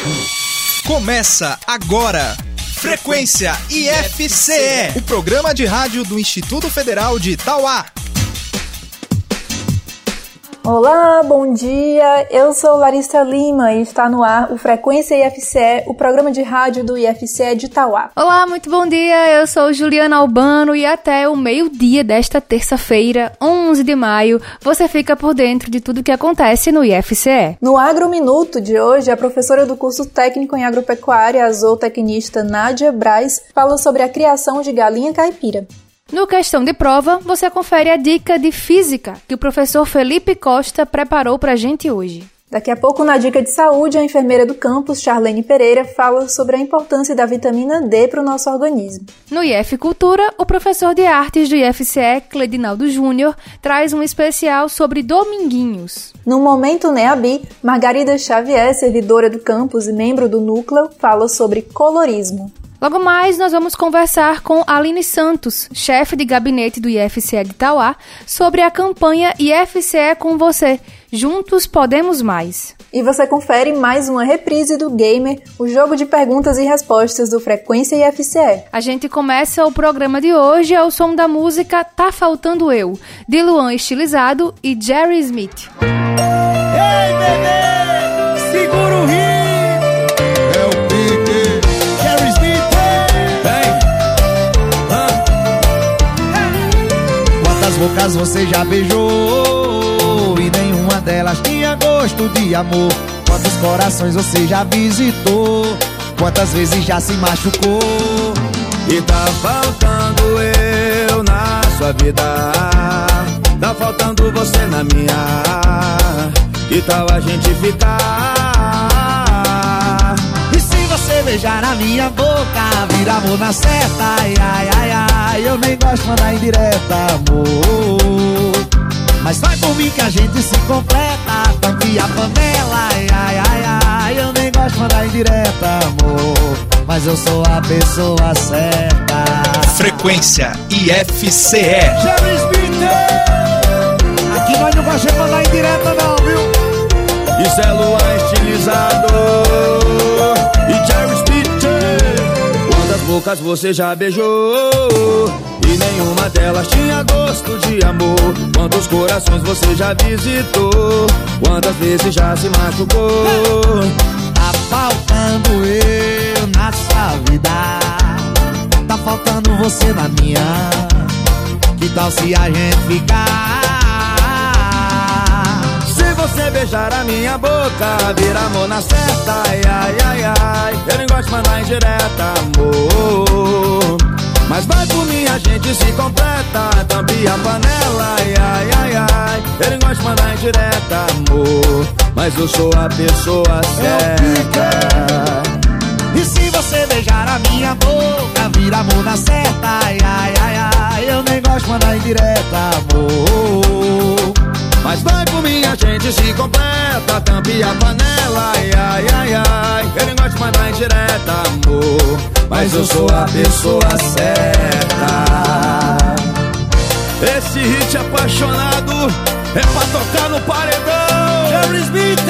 Começa agora, Frequência IFCE, o programa de rádio do Instituto Federal de Itauá. Olá, bom dia, eu sou Larissa Lima e está no ar o Frequência IFCE, o programa de rádio do IFCE de Itauá. Olá, muito bom dia, eu sou Juliana Albano e até o meio-dia desta terça-feira, 11 de maio, você fica por dentro de tudo que acontece no IFCE. No Agrominuto de hoje, a professora do curso técnico em agropecuária, a zootecnista Nádia Braz, fala sobre a criação de galinha caipira. No Questão de Prova, você confere a dica de física que o professor Felipe Costa preparou pra gente hoje. Daqui a pouco, na Dica de Saúde, a enfermeira do campus, Charlene Pereira, fala sobre a importância da vitamina D para o nosso organismo. No IF Cultura, o professor de artes do IFCE, Cledinaldo Júnior, traz um especial sobre dominguinhos. No Momento NEABI, Margarida Xavier, servidora do campus e membro do núcleo, fala sobre colorismo. Logo mais, nós vamos conversar com Aline Santos, chefe de gabinete do IFCE de Itauá, sobre a campanha IFCE com você. Juntos podemos mais. E você confere mais uma reprise do Gamer, o jogo de perguntas e respostas do Frequência IFCE. A gente começa o programa de hoje ao som da música Tá Faltando Eu, de Luan Estilizado e Jerry Smith. Ei, bebê, segura o ritmo. Bocas você já beijou e nenhuma delas tinha gosto de amor. Quantos corações você já visitou, quantas vezes já se machucou. E tá faltando eu na sua vida, tá faltando você na minha. Que tal a gente ficar? E se você beijar a minha boca, vira amor na certa, ai, ai, ai, ai. Eu nem gosto de mandar indireta, amor, mas vai por mim que a gente se completa. Tampe a panela, ai, ai, ai, ai. Eu nem gosto de mandar indireta, amor, mas eu sou a pessoa certa. Frequência IFCE. Jerry Smith, aqui nós não gostamos de mandar indireta não, viu? Isso é Luan Estilizado e Jerry Smith. Quantas bocas você já beijou e nenhuma delas tinha gosto de amor. Quantos corações você já visitou, quantas vezes já se machucou. Tá faltando eu na sua vida, tá faltando você na minha. Que tal se a gente ficar? Se você beijar a minha boca, vira amor na certa, ai, ai, ai, ai. Eu nem gosto de mandar indireta, amor, mas vai por mim, a gente se completa. Tampe a panela, ai, ai, ai, ai. Eu nem gosto de mandar indireta, amor, mas eu sou a pessoa certa. E se você beijar a minha boca, vira amor na certa, ai, ai, ai, ai. Eu nem gosto de mandar indireta, amor, mas vai por mim, a gente se completa. Tampe a panela, ai, ai, ai, ai. Eu nem gosto de mandar indireta, amor, mas eu sou a pessoa certa. Esse hit apaixonado é pra tocar no paredão. Jerry Smith.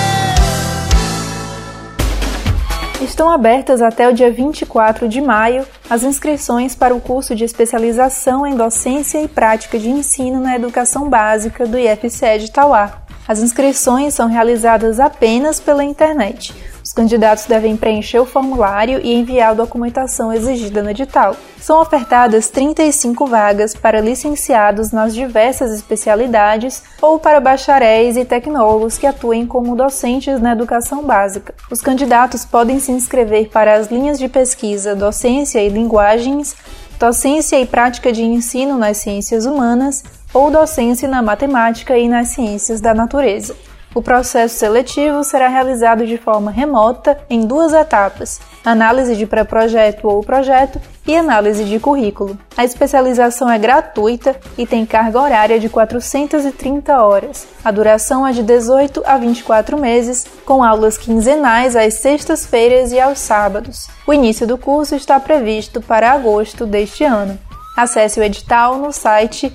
Estão abertas até o dia 24 de maio as inscrições para o curso de especialização em docência e prática de ensino na educação básica do IFCE de Itauá. As inscrições são realizadas apenas pela internet. Os candidatos devem preencher o formulário e enviar a documentação exigida no edital. São ofertadas 35 vagas para licenciados nas diversas especialidades ou para bacharéis e tecnólogos que atuem como docentes na educação básica. Os candidatos podem se inscrever para as linhas de pesquisa Docência e Linguagens, Docência e Prática de Ensino nas Ciências Humanas ou Docência na Matemática e nas Ciências da Natureza. O processo seletivo será realizado de forma remota em 2 etapas: análise de pré-projeto ou projeto e análise de currículo. A especialização é gratuita e tem carga horária de 430 horas. A duração é de 18 a 24 meses, com aulas quinzenais às sextas-feiras e aos sábados. O início do curso está previsto para agosto deste ano. Acesse o edital no site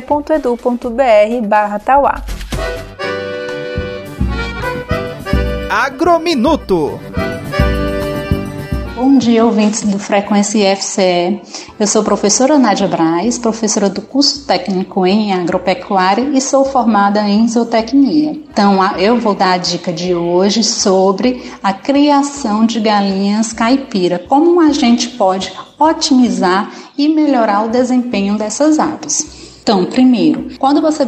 ifce.edu.br/Tauá. Agrominuto. Bom dia, ouvintes do Frequência IFCE. Eu sou a professora Nádia Braz, professora do curso técnico em agropecuária e sou formada em zootecnia. Então, eu vou dar a dica de hoje sobre a criação de galinhas caipira, como a gente pode otimizar e melhorar o desempenho dessas aves. Então, primeiro, quando você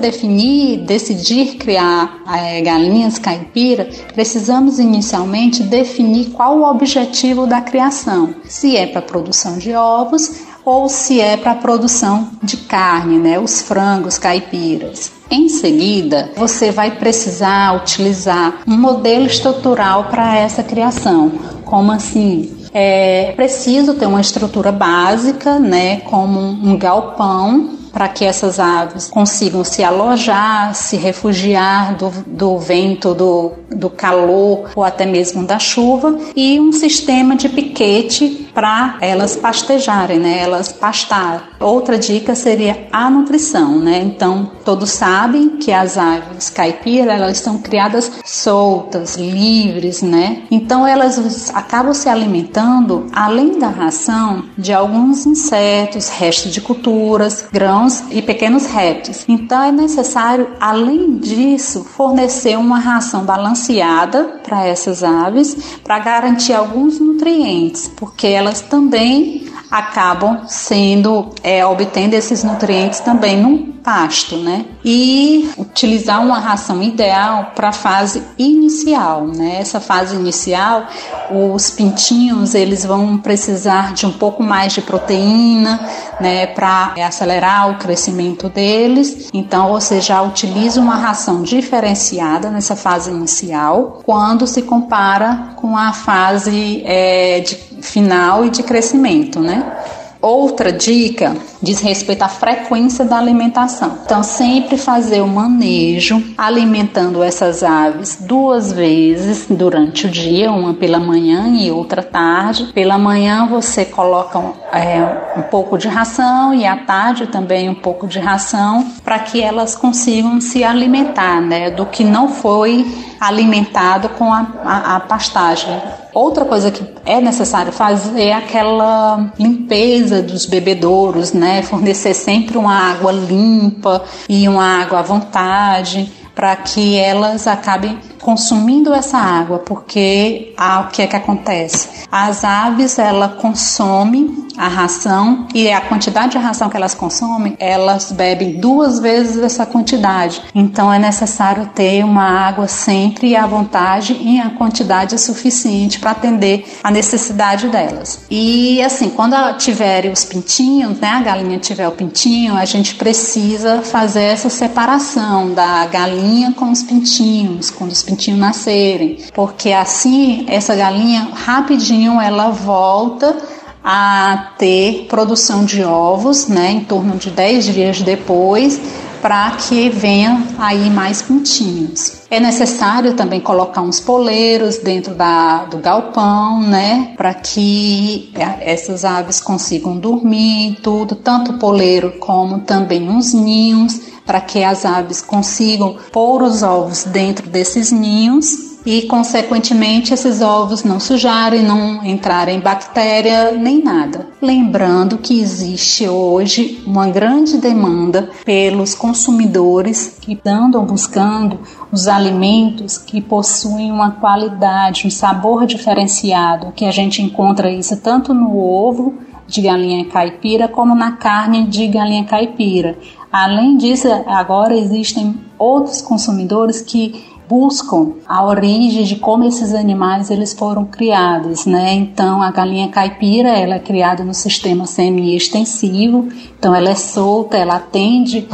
decidir criar galinhas caipira, precisamos inicialmente definir qual o objetivo da criação. Se é para a produção de ovos ou se é para a produção de carne, né, os frangos caipiras. Em seguida, você vai precisar utilizar um modelo estrutural para essa criação. Como assim? É preciso ter uma estrutura básica, né, como um galpão, para que essas aves consigam se alojar, se refugiar do vento, do calor ou até mesmo da chuva, e um sistema de piquete para elas pastejarem, né? Elas pastarem. Outra dica seria a nutrição, né? Então, todos sabem que as aves caipira, elas são criadas soltas, livres, né? Então, elas acabam se alimentando, além da ração, de alguns insetos, restos de culturas, grãos e pequenos répteis. Então é necessário, além disso, fornecer uma ração balanceada para essas aves, para garantir alguns nutrientes, porque elas também acabam obtendo esses nutrientes também no pasto, né? E utilizar uma ração ideal para a fase inicial, né? Essa fase inicial, os pintinhos, eles vão precisar de um pouco mais de proteína, né? Para acelerar o crescimento deles. Então, você já utiliza uma ração diferenciada nessa fase inicial, quando se compara com a fase final e de crescimento, né? Outra dica diz respeito à frequência da alimentação. Então, sempre fazer o manejo, alimentando essas aves 2 vezes durante o dia, uma pela manhã e outra tarde. Pela manhã você coloca um pouco de ração e à tarde também um pouco de ração, para que elas consigam se alimentar, né, do que não foi alimentado com a pastagem. Outra coisa que é necessário fazer é aquela limpeza dos bebedouros, né? Fornecer sempre uma água limpa e uma água à vontade, para que elas acabem consumindo essa água, porque o que é que acontece? As aves, elas consomem a ração, e a quantidade de ração que elas consomem, elas bebem 2 vezes essa quantidade. Então é necessário ter uma água sempre à vontade e a quantidade suficiente para atender a necessidade delas. E assim, quando tiverem os pintinhos, né, a galinha tiver o pintinho, a gente precisa fazer essa separação da galinha com os pintinhos, quando os pintinhos nascerem, porque assim essa galinha rapidinho ela volta a ter produção de ovos, né, em torno de 10 dias depois, para que venha aí mais pintinhos. É necessário também colocar uns poleiros dentro do galpão, né, para que essas aves consigam dormir, tudo, tanto o poleiro como também uns ninhos, para que as aves consigam pôr os ovos dentro desses ninhos e, consequentemente, esses ovos não sujarem, não entrarem bactéria nem nada. Lembrando que existe hoje uma grande demanda pelos consumidores que andam buscando os alimentos que possuem uma qualidade, um sabor diferenciado, que a gente encontra isso tanto no ovo de galinha caipira como na carne de galinha caipira. Além disso, agora existem outros consumidores que buscam a origem de como esses animais eles foram criados, né? Então a galinha caipira ela é criada no sistema semi-extensivo, então ela é solta, ela atende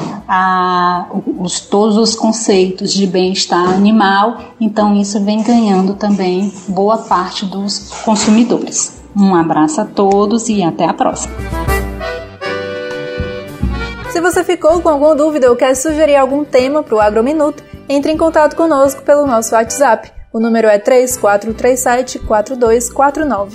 a todos os conceitos de bem-estar animal, então isso vem ganhando também boa parte dos consumidores. Um abraço a todos e até a próxima. Se você ficou com alguma dúvida ou quer sugerir algum tema para o Agrominuto, entre em contato conosco pelo nosso WhatsApp. O número é 3437-4249.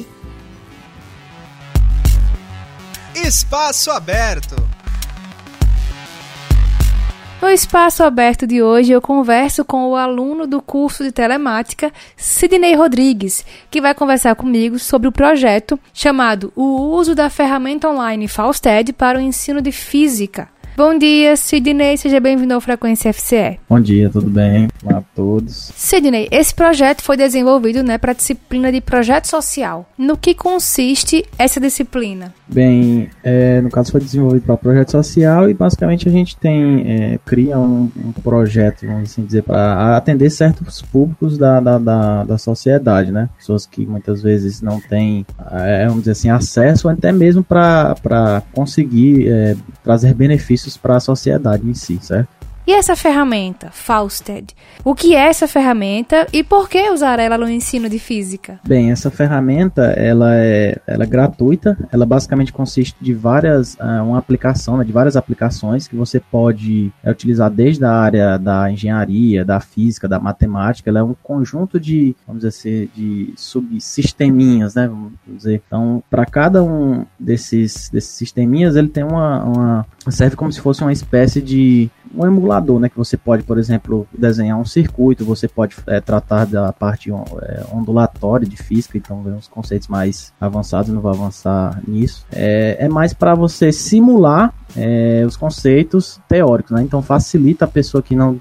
Espaço Aberto. No espaço aberto de hoje, eu converso com o aluno do curso de telemática, Sidney Rodrigues, que vai conversar comigo sobre o projeto chamado O Uso da Ferramenta Online Fausted para o Ensino de Física. Bom dia, Sidney, seja bem-vindo ao Frequência FCE. Bom dia, tudo bem? Olá a todos. Sidney, esse projeto foi desenvolvido para a disciplina de Projeto Social. No que consiste essa disciplina? Bem, no caso foi desenvolvido para Projeto Social e basicamente a gente cria um projeto, vamos assim dizer, para atender certos públicos da sociedade, né? Pessoas que muitas vezes não têm, vamos dizer assim, acesso, até mesmo para conseguir trazer benefícios para a sociedade em si, certo? E essa ferramenta, Fausted? O que é essa ferramenta e por que usar ela no ensino de física? Bem, essa ferramenta, ela é gratuita, ela basicamente consiste de uma aplicação, né, de várias aplicações que você pode utilizar desde a área da engenharia, da física, da matemática. Ela é um conjunto de, vamos dizer assim, de subsisteminhas, né, vamos dizer. Então, para cada um desses sisteminhas, ele tem serve como se fosse uma espécie de um emulador, né, que você pode, por exemplo, desenhar um circuito, você pode tratar da parte ondulatória de física, então uns conceitos mais avançados, não vou avançar nisso. É mais para você simular os conceitos teóricos, né, então facilita a pessoa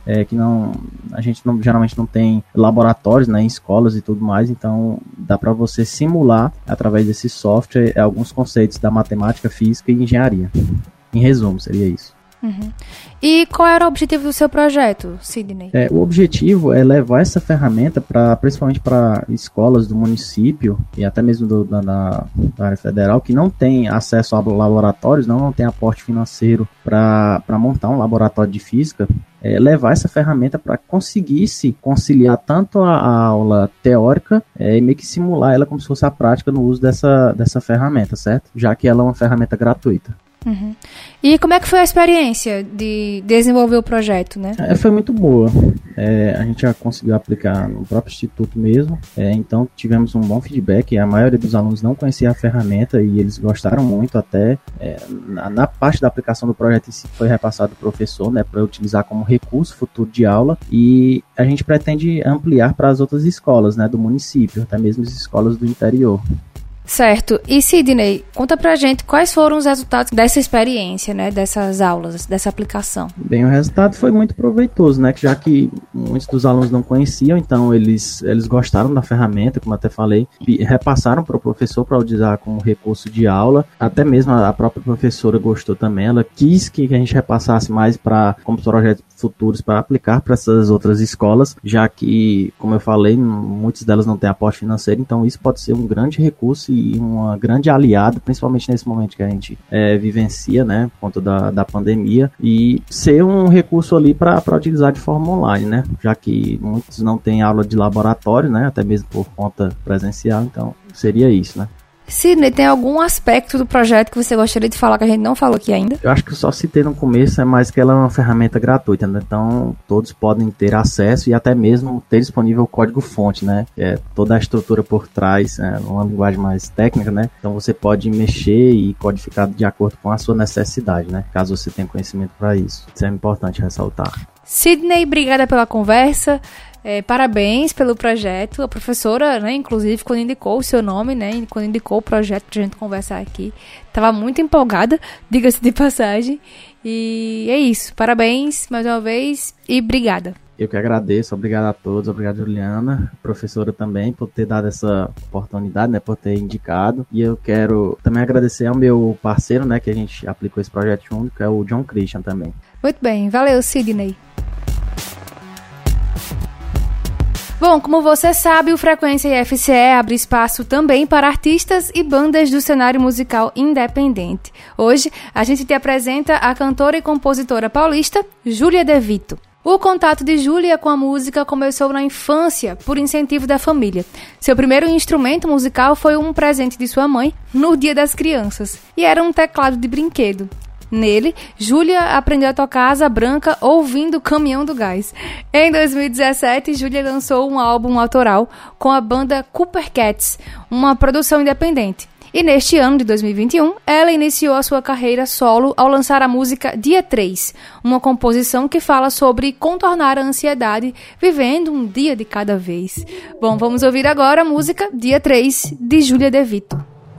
a gente geralmente não tem laboratórios, né, em escolas e tudo mais, então dá para você simular através desse software alguns conceitos da matemática, física e engenharia. Em resumo, seria isso. Uhum. E qual era o objetivo do seu projeto, Sidney? O objetivo é levar essa ferramenta principalmente para escolas do município e até mesmo da área federal que não tem acesso a laboratórios, não tem aporte financeiro para montar um laboratório de física. Levar essa ferramenta para conseguir se conciliar tanto a aula teórica e meio que simular ela como se fosse a prática no uso dessa ferramenta, certo? Já que ela é uma ferramenta gratuita. Uhum. E como é que foi a experiência de desenvolver o projeto, né? Foi muito boa. A gente já conseguiu aplicar no próprio instituto mesmo, então tivemos um bom feedback. A maioria dos alunos não conhecia a ferramenta e eles gostaram muito até. Na parte da aplicação do projeto em si foi repassado ao professor, né, para utilizar como recurso futuro de aula, e a gente pretende ampliar para as outras escolas, né, do município, até mesmo as escolas do interior. Certo. E Sidney, conta pra gente quais foram os resultados dessa experiência, né, dessas aulas, dessa aplicação. Bem, o resultado foi muito proveitoso, né, já que muitos dos alunos não conheciam, então eles gostaram da ferramenta, como até falei, e repassaram para o professor para utilizar como recurso de aula. Até mesmo a própria professora gostou também, ela quis que a gente repassasse mais como projetos futuros para aplicar para essas outras escolas, já que, como eu falei, muitas delas não têm aporte financeiro, então isso pode ser um grande recurso e uma grande aliada, principalmente nesse momento que a gente vivencia, né, por conta da pandemia, e ser um recurso ali para utilizar de forma online, né, já que muitos não têm aula de laboratório, né, até mesmo por conta presencial, então seria isso, né. Sidney, tem algum aspecto do projeto que você gostaria de falar que a gente não falou aqui ainda? Eu acho que eu só citei no começo, mais que ela é uma ferramenta gratuita, né? Então todos podem ter acesso e até mesmo ter disponível o código-fonte, né? Que é toda a estrutura por trás, uma linguagem mais técnica, né? Então você pode mexer e codificar de acordo com a sua necessidade, né? Caso você tenha conhecimento para isso. Isso é importante ressaltar. Sidney, obrigada pela conversa. Parabéns pelo projeto. A professora, né, inclusive, quando indicou o seu nome, né, quando indicou o projeto pra gente conversar aqui, estava muito empolgada, diga-se de passagem. E é isso. Parabéns mais uma vez e obrigada. Eu que agradeço, obrigado a todos, obrigado Juliana, professora também, por ter dado essa oportunidade, né, por ter indicado. E eu quero também agradecer ao meu parceiro, né, que a gente aplicou esse projeto junto, que é o John Christian também. Muito bem, valeu, Sidney. Bom, como você sabe, o Frequência IFCE abre espaço também para artistas e bandas do cenário musical independente. Hoje, a gente te apresenta a cantora e compositora paulista, Júlia De Vito. O contato de Júlia com a música começou na infância, por incentivo da família. Seu primeiro instrumento musical foi um presente de sua mãe no Dia das Crianças, e era um teclado de brinquedo. Nele, Júlia aprendeu a tocar Asa Branca ouvindo Caminhão do Gás. Em 2017, Júlia lançou um álbum autoral com a banda Cooper Cats, uma produção independente. E neste ano de 2021, ela iniciou a sua carreira solo ao lançar a música Dia 3, uma composição que fala sobre contornar a ansiedade vivendo um dia de cada vez. Bom, vamos ouvir agora a música Dia 3, de Júlia De Vito.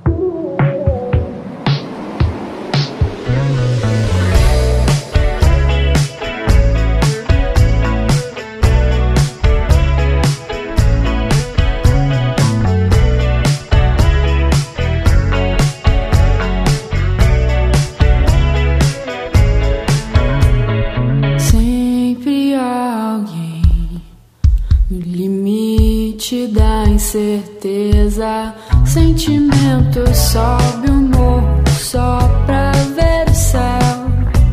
Da incerteza, sentimento sobe o morro só pra ver o céu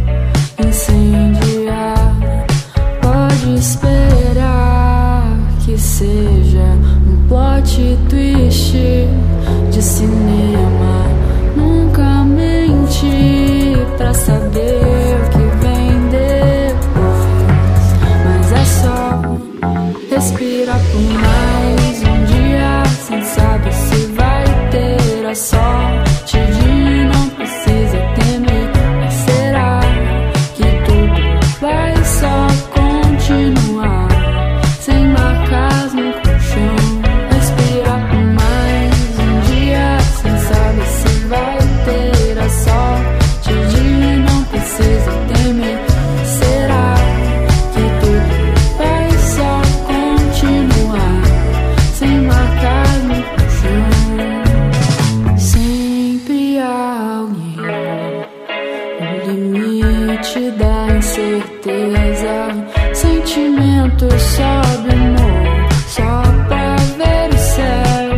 incendiar. Pode esperar que seja um plot twist de cinema. Nunca mente pra saber o que vem depois, mas é só respirar por mais um dia, sem saber se vai ter a sorte de não precisa temer. Mas será que tudo vai só continuar sem marcas no colchão? Respirar por mais um dia, sem saber se vai ter a sorte de não precisa temer. Será que tudo vai só continuar sem marcar no chão? Sempre há alguém no limite da incerteza. Sentimento sobe o morro só pra ver o céu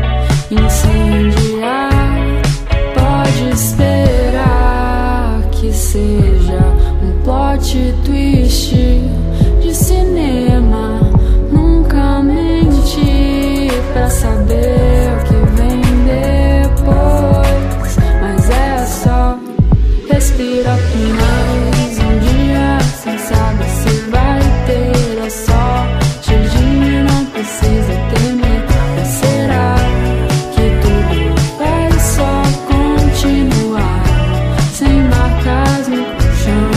incendiar. Pode esperar que seja um plot twist de cinema. Nunca mente pra saber o que vem depois, mas é só respirar por mais um dia, sem saber se vai ter a sorte de não precisa temer. Mas será que tudo vai só continuar sem marcas no chão?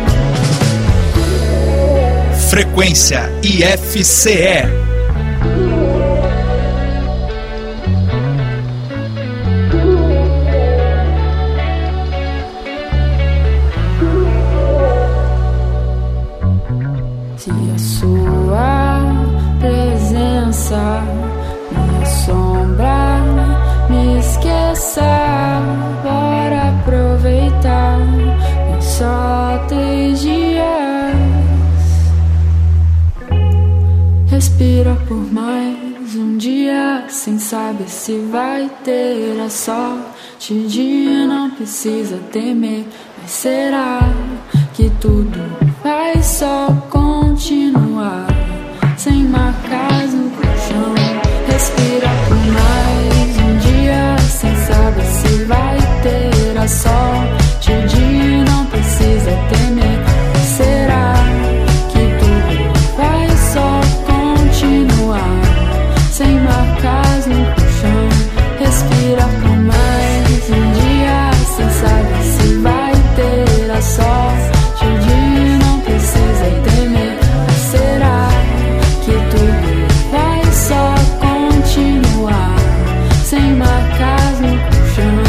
Frequência IFCE. Se a sua presença me assombra, me esqueça. Bora aproveitar, é só 3 dias. Respira por mais um dia, sem saber se vai ter a sorte de não precisa temer. Mas será que tudo vai só continuar sem marcas no colchão? Respira por mais um dia, sem saber se vai ter a sorte de não precisa temer. Mas será que tudo vai só continuar sem marcas no colchão? Respira por mais um dia, sem saber se vai ter a sorte de não precisa temer. Mas será que tudo vai só continuar sem marcas no colchão?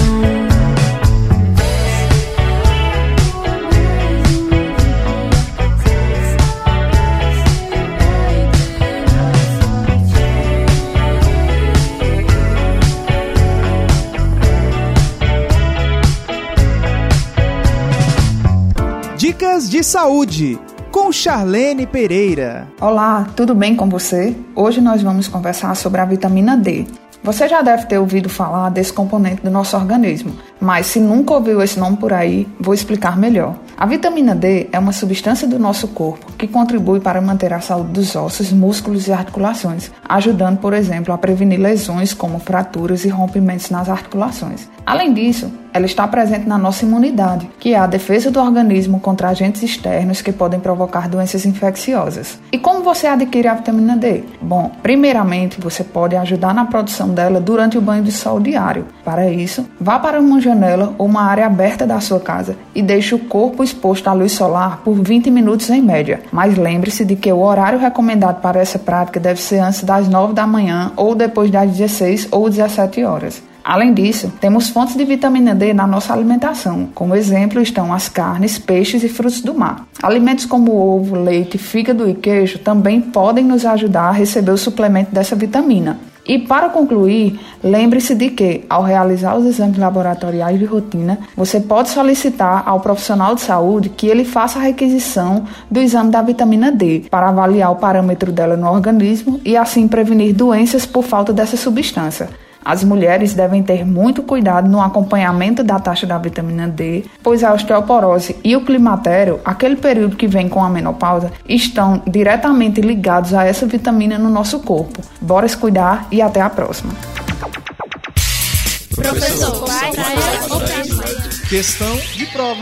Dicas de saúde, com Charlene Pereira. Olá, tudo bem com você? Hoje nós vamos conversar sobre a vitamina D. Você já deve ter ouvido falar desse componente do nosso organismo, mas se nunca ouviu esse nome por aí, vou explicar melhor. A vitamina D é uma substância do nosso corpo que contribui para manter a saúde dos ossos, músculos e articulações, ajudando, por exemplo, a prevenir lesões como fraturas e rompimentos nas articulações. Além disso, ela está presente na nossa imunidade, que é a defesa do organismo contra agentes externos que podem provocar doenças infecciosas. E como você adquire a vitamina D? Bom, primeiramente você pode ajudar na produção dela durante o banho de sol diário. Para isso, vá para uma janela ou uma área aberta da sua casa e deixe o corpo exposto à luz solar por 20 minutos em média. Mas lembre-se de que o horário recomendado para essa prática deve ser antes das 9 da manhã ou depois das 16 ou 17 horas. Além disso, temos fontes de vitamina D na nossa alimentação. Como exemplo estão as carnes, peixes e frutos do mar. Alimentos como ovo, leite, fígado e queijo também podem nos ajudar a receber o suplemento dessa vitamina. E para concluir, lembre-se de que, ao realizar os exames laboratoriais de rotina, você pode solicitar ao profissional de saúde que ele faça a requisição do exame da vitamina D para avaliar o parâmetro dela no organismo e assim prevenir doenças por falta dessa substância. As mulheres devem ter muito cuidado no acompanhamento da taxa da vitamina D, pois a osteoporose e o climatério, aquele período que vem com a menopausa, estão diretamente ligados a essa vitamina no nosso corpo. Bora se cuidar e até a próxima. Professor, questão de prova.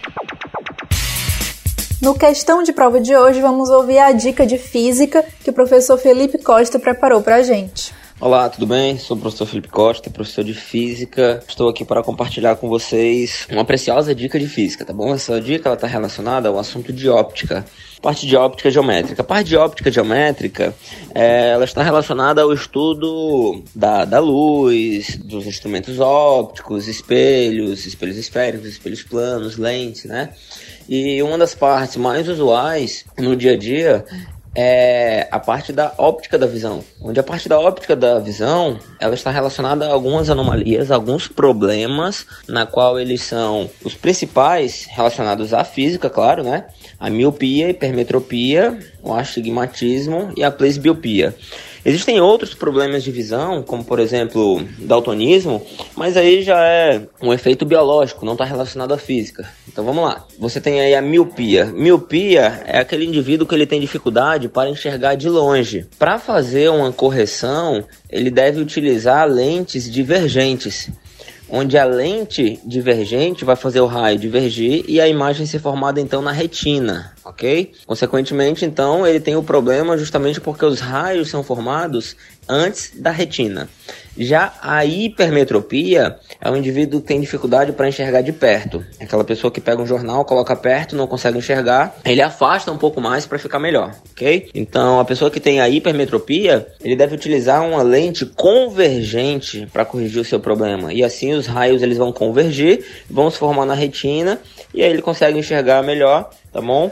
No Questão de Prova de hoje, vamos ouvir a dica de física que o professor Felipe Costa preparou pra gente. Olá, tudo bem? Sou o professor Felipe Costa, professor de Física. Estou aqui para compartilhar com vocês uma preciosa dica de Física, tá bom? Essa dica está relacionada ao assunto de óptica, parte de óptica geométrica. A parte de óptica geométrica, ela está relacionada ao estudo da luz, dos instrumentos ópticos, espelhos esféricos, espelhos planos, lentes, né? E uma das partes mais usuais no dia a dia é a parte da óptica da visão, onde a parte da óptica da visão ela está relacionada a algumas anomalias, alguns problemas, na qual eles são os principais relacionados à física, claro, né? A miopia, hipermetropia, o astigmatismo e a presbiopia. Existem outros problemas de visão, como por exemplo, daltonismo, mas aí já é um efeito biológico, não está relacionado à física. Então vamos lá. Você tem aí a miopia. Miopia é aquele indivíduo que ele tem dificuldade para enxergar de longe. Para fazer uma correção, ele deve utilizar lentes divergentes, onde a lente divergente vai fazer o raio divergir e a imagem ser formada então na retina, ok? Consequentemente, então, ele tem o problema justamente porque os raios são formados antes da retina. Já a hipermetropia é um indivíduo que tem dificuldade para enxergar de perto. É aquela pessoa que pega um jornal, coloca perto, não consegue enxergar, ele afasta um pouco mais para ficar melhor, ok? Então, a pessoa que tem a hipermetropia, ele deve utilizar uma lente convergente para corrigir o seu problema. E assim os raios eles vão convergir, vão se formar na retina e aí ele consegue enxergar melhor, tá bom?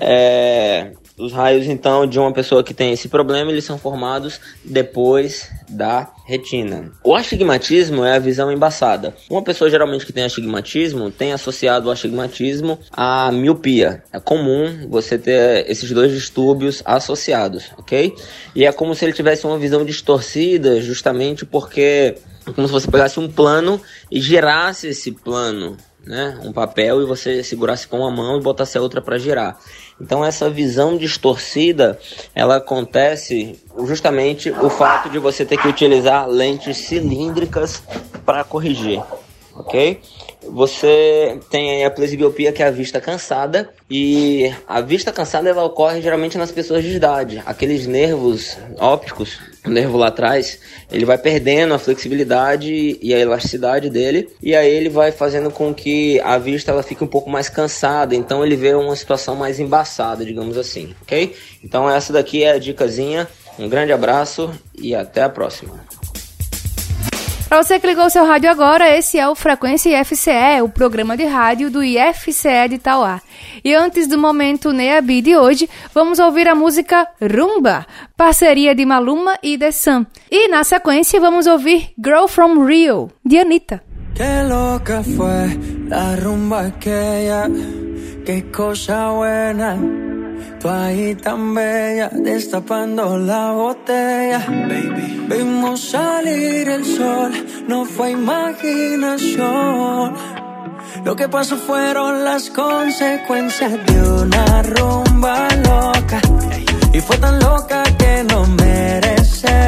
Os raios, então, de uma pessoa que tem esse problema, eles são formados depois da retina. O astigmatismo é a visão embaçada. Uma pessoa, geralmente, que tem astigmatismo, tem associado o astigmatismo à miopia. É comum você ter esses dois distúrbios associados, ok? E é como se ele tivesse uma visão distorcida, justamente porque é como se você pegasse um plano e girasse esse plano, né? Um papel, e você segurasse com uma mão e botasse a outra para girar. Então essa visão distorcida, ela acontece justamente o fato de você ter que utilizar lentes cilíndricas para corrigir, ok? Você tem aí a presbiopia, que é a vista cansada, e a vista cansada ela ocorre geralmente nas pessoas de idade. Aqueles nervos ópticos, o nervo lá atrás, ele vai perdendo a flexibilidade e a elasticidade dele, e aí ele vai fazendo com que a vista ela fique um pouco mais cansada, então ele vê uma situação mais embaçada, digamos assim, ok? Então essa daqui é a dicasinha. Um grande abraço e até a próxima. Para você que ligou o seu rádio agora, esse é o Frequência IFCE, o programa de rádio do IFCE de Itauá. E antes do momento Neabi de hoje, vamos ouvir a música Rumba, parceria de Maluma e The Sun. E na sequência vamos ouvir Girl From Rio, de Anitta. Que louca foi la rumba aquella, que cosa buena. Tú ahí tan bella, destapando la botella. Baby, vimos salir el sol, no fue imaginación. Lo que pasó fueron las consecuencias de una rumba loca. Y fue tan loca que no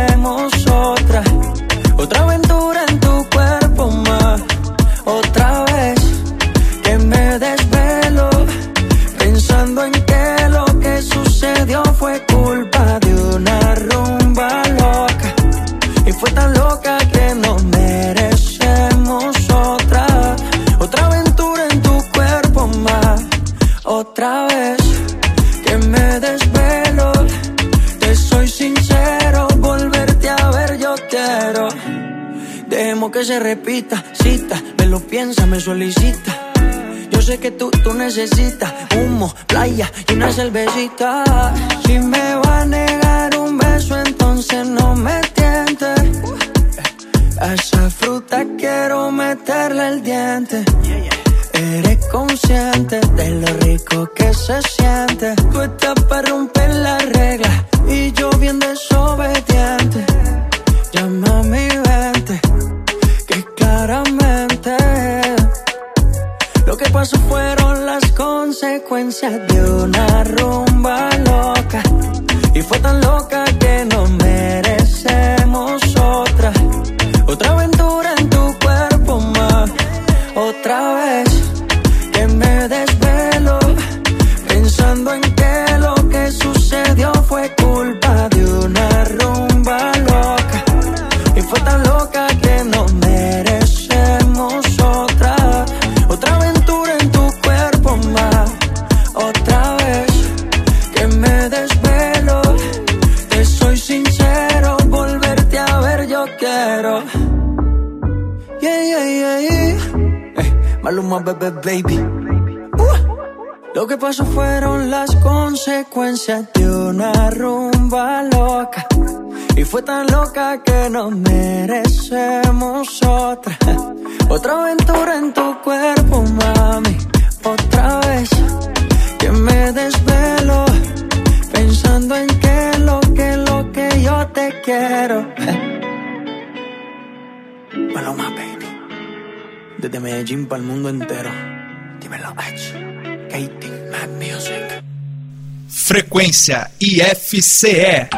merecemos otra. Otra aventura en tu cuerpo más, otra vez. Dejemos que se repita, cita, me lo piensa, me solicita. Yo sé que tú necesitas humo, playa y una cervecita. Si me va a negar un beso, entonces no me tiente. A esa fruta quiero meterle el diente. Eres consciente de lo rico que se siente. Tú estás para romper la regla y yo bien desobediente. Llama a mi mente, que claramente lo que pasó fueron las consecuencias de una rumba loca. Y fue tan loca que no merecemos otra. Otra aventura en tu cuerpo, ma. Otra vez que me desvelo, pensando en que lo que sucedió fue culpa de una rumba loca. Y fue tan loca que no merecemos otra. Otra aventura en tu cuerpo, ma. Otra vez que me desvelo, te soy sincero, volverte a ver yo quiero. Yeah, yeah, yeah, yeah. Maluma, baby. Lo que pasó fueron las consecuencias de una rumba loca. Y fue tan loca que no merecemos otra. Otra aventura en tu cuerpo, mami. Otra vez que me desvelo, pensando en que lo que yo te quiero. Maluma, baby. Desde Medellín para el mundo entero. Dímelo, Katie, Mad Music. Frequência IFCE.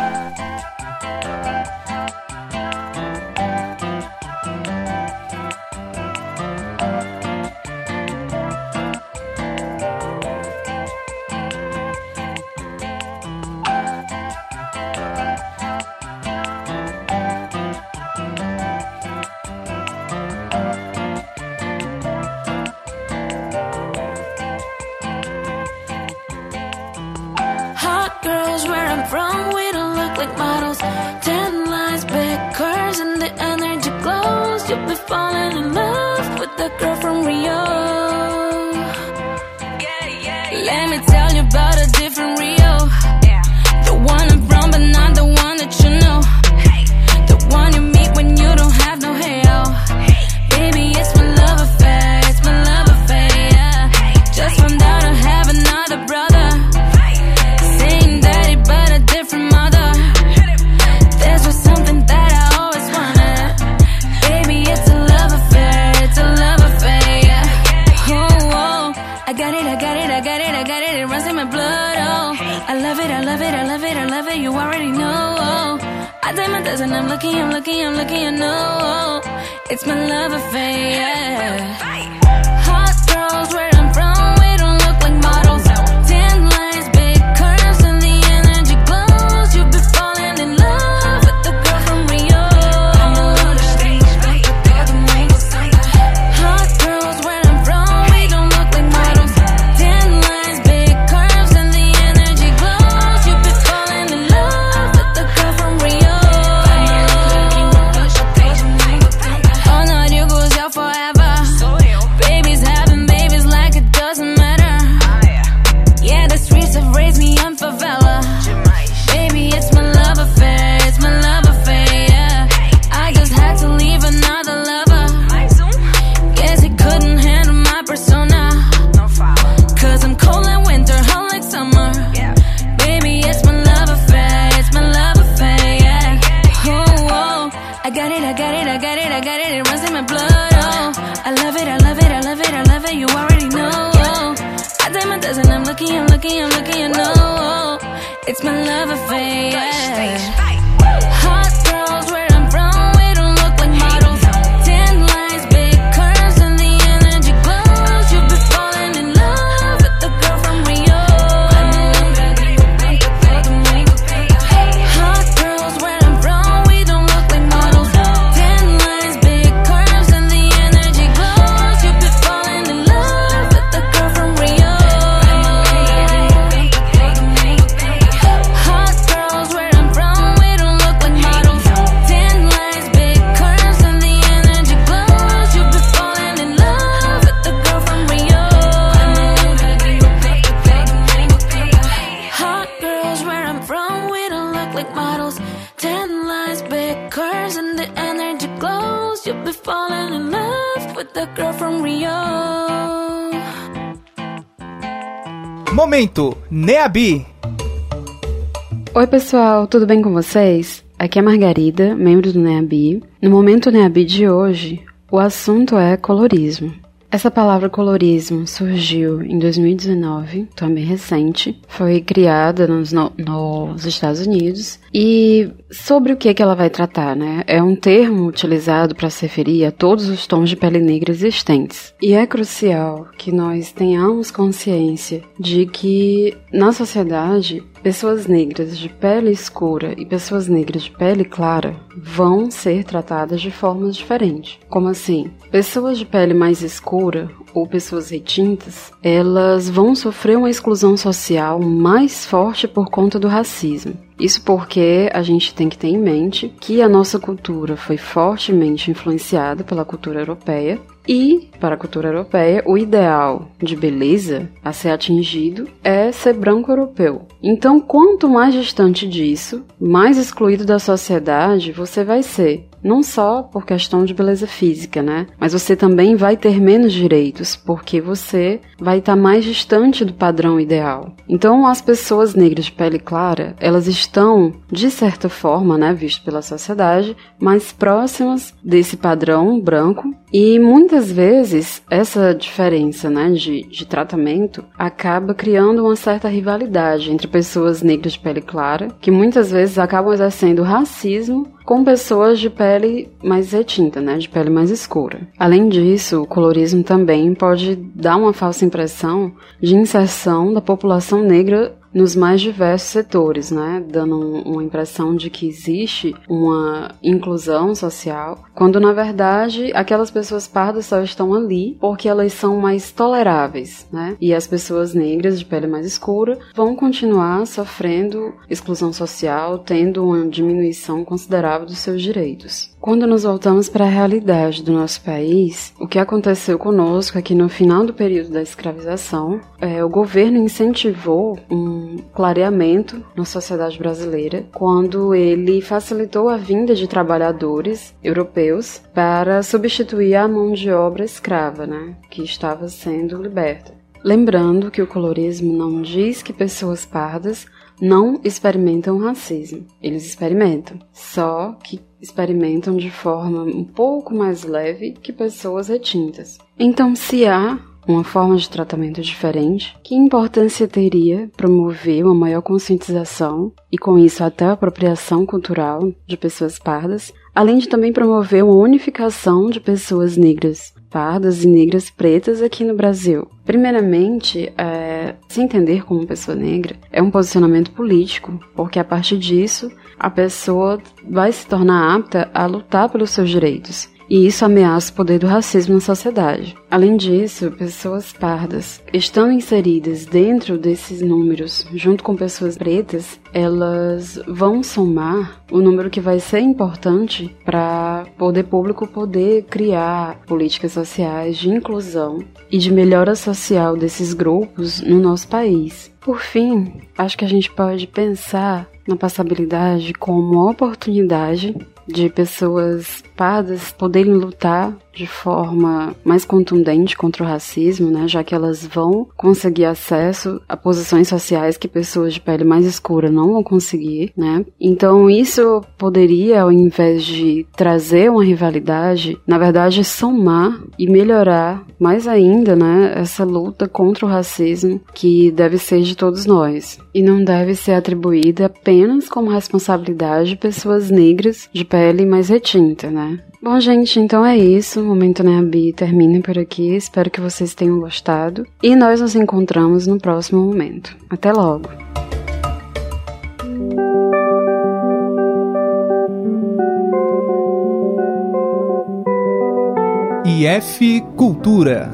you'll be falling in love with the girl from Rio. Momento NEABI. Oi pessoal, tudo bem com vocês? Aqui é a Margarida, membro do NEABI. No Momento NEABI de hoje, o assunto é colorismo. Essa palavra colorismo surgiu em 2019, então é bem recente, foi criada nos Estados Unidos. E sobre o que ela vai tratar, né? É um termo utilizado para se referir a todos os tons de pele negra existentes. E é crucial que nós tenhamos consciência de que, na sociedade, pessoas negras de pele escura e pessoas negras de pele clara vão ser tratadas de formas diferentes. Como assim? Pessoas de pele mais escura ou pessoas retintas, elas vão sofrer uma exclusão social mais forte por conta do racismo. Isso porque a gente tem que ter em mente que a nossa cultura foi fortemente influenciada pela cultura europeia e, para a cultura europeia, o ideal de beleza a ser atingido é ser branco europeu. Então, quanto mais distante disso, mais excluído da sociedade você vai ser. Não só por questão de beleza física, né? Mas você também vai ter menos direitos, porque você vai estar mais distante do padrão ideal. Então, as pessoas negras de pele clara, elas estão, de certa forma, né, visto pela sociedade, mais próximas desse padrão branco. E muitas vezes, essa diferença, né, de tratamento acaba criando uma certa rivalidade entre pessoas negras de pele clara, que muitas vezes acabam exercendo racismo com pessoas de pele mais retinta, né, de pele mais escura. Além disso, o colorismo também pode dar uma falsa impressão de inserção da população negra nos mais diversos setores, né, dando uma impressão de que existe uma inclusão social, quando na verdade aquelas pessoas pardas só estão ali porque elas são mais toleráveis, né, e as pessoas negras de pele mais escura vão continuar sofrendo exclusão social, tendo uma diminuição considerável dos seus direitos. Quando nos voltamos para a realidade do nosso país, o que aconteceu conosco é que no final do período da escravização, o governo incentivou um clareamento na sociedade brasileira quando ele facilitou a vinda de trabalhadores europeus para substituir a mão de obra escrava, né, que estava sendo liberta. Lembrando que o colorismo não diz que pessoas pardas não experimentam racismo. Eles experimentam, só que experimentam de forma um pouco mais leve que pessoas retintas. Então, se há uma forma de tratamento diferente, que importância teria promover uma maior conscientização e, com isso, até a apropriação cultural de pessoas pardas, além de também promover uma unificação de pessoas negras pardas e negras pretas aqui no Brasil. Primeiramente, se entender como pessoa negra é um posicionamento político, porque a partir disso a pessoa vai se tornar apta a lutar pelos seus direitos. E isso ameaça o poder do racismo na sociedade. Além disso, pessoas pardas, estando inseridas dentro desses números, junto com pessoas pretas, elas vão somar o número que vai ser importante para o poder público poder criar políticas sociais de inclusão e de melhora social desses grupos no nosso país. Por fim, acho que a gente pode pensar na passabilidade como uma oportunidade de pessoas pardas poderem lutar de forma mais contundente contra o racismo, né, já que elas vão conseguir acesso a posições sociais que pessoas de pele mais escura não vão conseguir, né? Então isso poderia, ao invés de trazer uma rivalidade, na verdade somar e melhorar mais ainda, né, essa luta contra o racismo que deve ser de todos nós e não deve ser atribuída apenas como responsabilidade de pessoas negras de pele mais retinta, né? Bom, gente, então é isso. O Momento NEABI termina por aqui. Espero que vocês tenham gostado. E nós nos encontramos no próximo momento. Até logo! IF Cultura.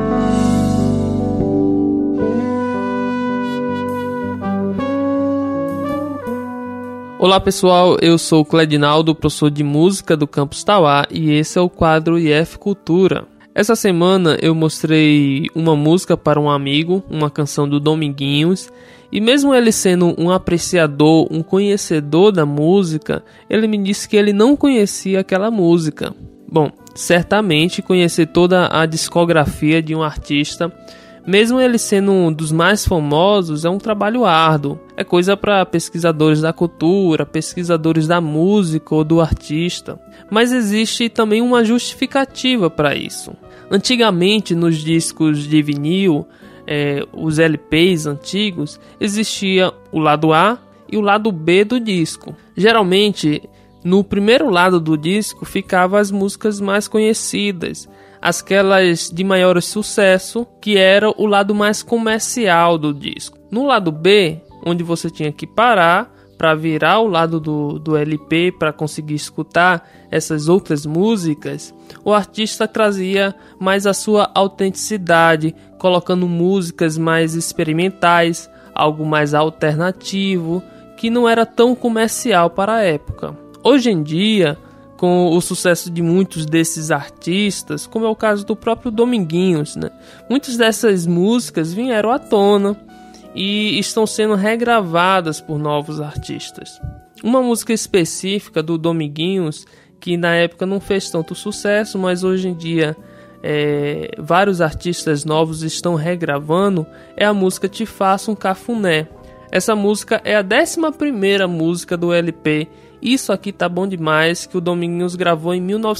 Olá pessoal, eu sou o Cledinaldo, professor de música do Campus Tauá, e esse é o quadro IF Cultura. Essa semana eu mostrei uma música para um amigo, uma canção do Dominguinhos, e mesmo ele sendo um apreciador, um conhecedor da música, ele me disse que ele não conhecia aquela música. Bom, certamente conhecer toda a discografia de um artista, mesmo ele sendo um dos mais famosos, é um trabalho árduo. É coisa para pesquisadores da cultura, pesquisadores da música ou do artista. Mas existe também uma justificativa para isso. Antigamente, nos discos de vinil, os LPs antigos, existia o lado A e o lado B do disco. Geralmente, no primeiro lado do disco ficavam as músicas mais conhecidas, aquelas de maior sucesso, que era o lado mais comercial do disco. No lado B, onde você tinha que parar para virar o lado do LP para conseguir escutar essas outras músicas, o artista trazia mais a sua autenticidade, colocando músicas mais experimentais, algo mais alternativo, que não era tão comercial para a época. Hoje em dia, com o sucesso de muitos desses artistas, como é o caso do próprio Dominguinhos, né? Muitas dessas músicas vieram à tona e estão sendo regravadas por novos artistas. Uma música específica do Dominguinhos, que na época não fez tanto sucesso, mas hoje em dia vários artistas novos estão regravando, é a música Te Faço um Cafuné. Essa música é a 11ª música do LP Isso Aqui Tá Bom Demais, que o Dominguinhos gravou em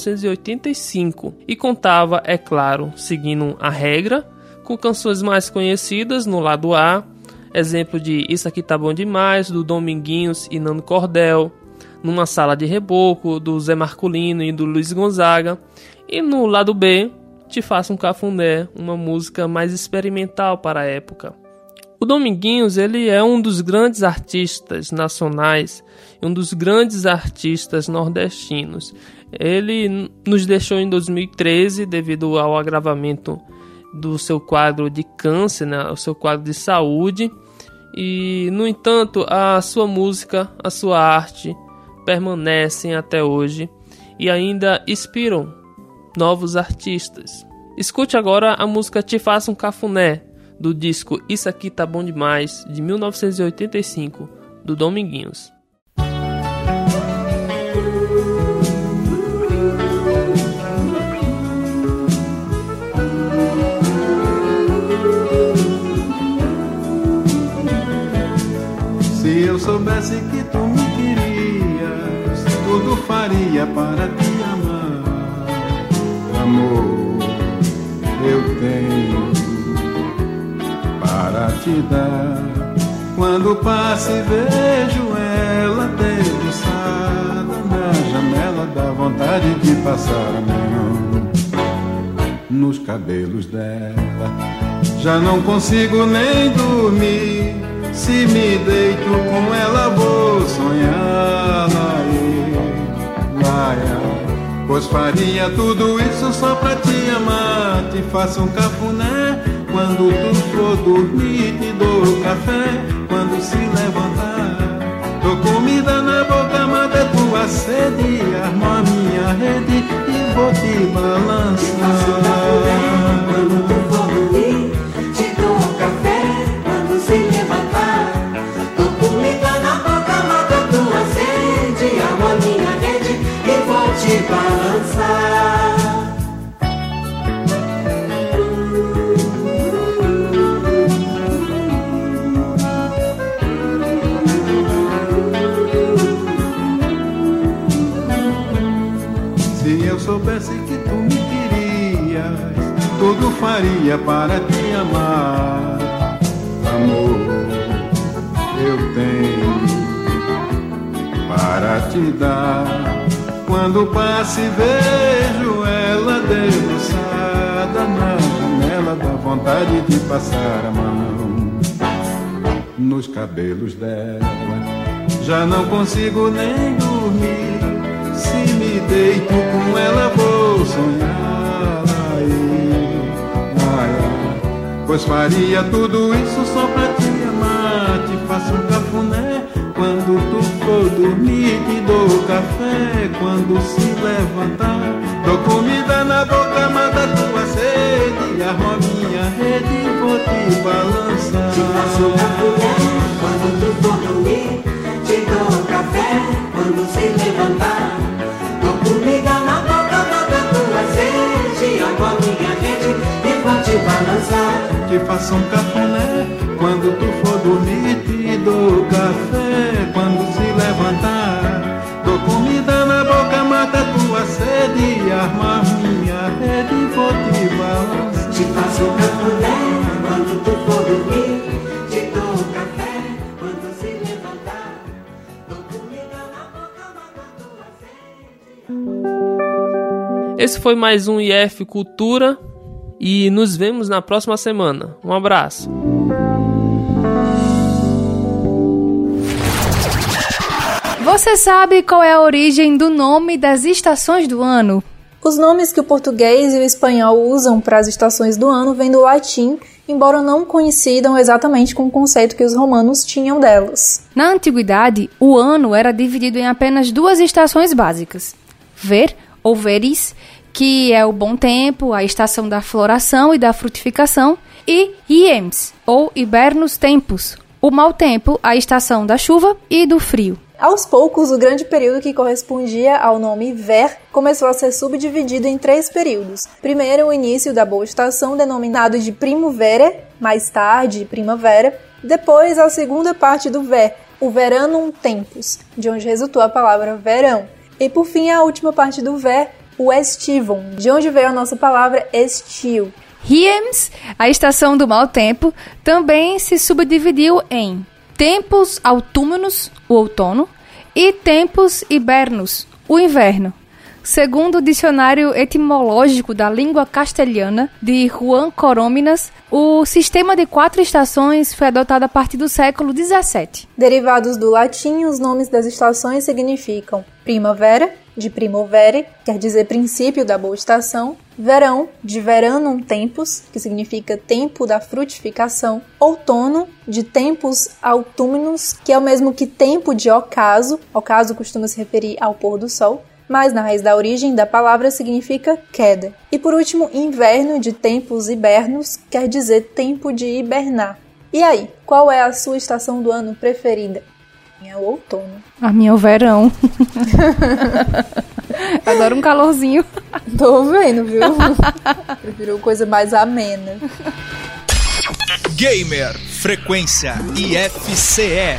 1985 e contava, é claro, seguindo a regra, com canções mais conhecidas no lado A, exemplo de Isso Aqui Tá Bom Demais, do Dominguinhos e Nando Cordel, Numa Sala de Reboco, do Zé Marculino e do Luiz Gonzaga, e no lado B, Te Faço um Cafuné, uma música mais experimental para a época. O Dominguinhos, ele é um dos grandes artistas nacionais e um dos grandes artistas nordestinos. Ele nos deixou em 2013 devido ao agravamento do seu quadro de câncer, né, o seu quadro de saúde. E, no entanto, a sua música, a sua arte permanecem até hoje e ainda inspiram novos artistas. Escute agora a música Te Faço um Cafuné, do disco Isso Aqui Tá Bom Demais, de 1985, do Dominguinhos. Se eu soubesse que tu me querias, tudo faria para te amar. Amor, eu tenho para te dar. Quando passo e vejo ela debruçada na janela, dá vontade de passar a mão nos cabelos dela. Já não consigo nem dormir, se me deito com ela vou sonhar. Pois faria tudo isso só pra te amar. Te faço um cafuné quando tu for dormir, te dou café quando se levantar. Dou comida na boca, mata tua sede, armo a minha rede e vou te balançar. Te faço um cafuné quando tu for dormir, te dou café quando se levantar. Dou comida na boca, mata tua sede, armo a minha rede e vou te balançar. Se eu soubesse que tu me querias, tudo faria para te amar. Amor, eu tenho para te dar. Quando passo e vejo ela debruçada na janela, dá vontade de passar a mão nos cabelos dela. Já não consigo nem dormir, se me deito com ela vou sonhar. Pois faria tudo isso só pra te amar. Te faço um cafuné quando tu for dormir, te dou café quando se levantar. Dou comida na boca, mata tua sede, armo a minha rede e vou te balançar. Te faço um cafuné quando tu for dormir, te dou café quando se levantar. Dou comida na boca, mata faça um cafuné. Quando tu for dormir, te dou café. Quando se levantar, dou comida na boca, mata tua sede. Arma minha rede e vou te balançar. Te faço um cafuné. Quando tu for dormir, te dou café. Quando se levantar, dou comida na boca, mata tua sede. Esse foi mais um IF Cultura e nos vemos na próxima semana. Um abraço. Você sabe qual é a origem do nome das estações do ano? Os nomes que o português e o espanhol usam para as estações do ano vêm do latim, embora não coincidam exatamente com o conceito que os romanos tinham delas. Na antiguidade, o ano era dividido em apenas 2 estações básicas: ver ou veris, que é o bom tempo, a estação da floração e da frutificação, e iems, ou hibernos tempos, o mau tempo, a estação da chuva e do frio. Aos poucos, o grande período que correspondia ao nome ver começou a ser subdividido em 3 períodos. Primeiro, o início da boa estação, denominado de primavera, mais tarde, primavera. Depois, a segunda parte do ver, o veranum tempus, de onde resultou a palavra verão. E por fim, a última parte do ver, o estivum, de onde veio a nossa palavra estio. Iems, a estação do mau tempo, também se subdividiu em tempos autúmenos, o outono, e tempos hibernos, o inverno. Segundo o dicionário etimológico da língua castelhana de Juan Coromines, o sistema de 4 estações foi adotado a partir do século XVII. Derivados do latim, os nomes das estações significam primavera, de primovere, quer dizer princípio da boa estação, verão, de veranum tempus, que significa tempo da frutificação, outono, de tempus autúmenos, que é o mesmo que tempo de ocaso. Ocaso costuma se referir ao pôr do sol, mas na raiz da origem da palavra significa queda. E por último, inverno, de tempos hibernos, quer dizer tempo de hibernar. E aí, qual é a sua estação do ano preferida? É o outono. A minha é o verão. Adoro um calorzinho. Tô vendo, viu? Prefiro coisa mais amena. Gamer Frequência IFCE.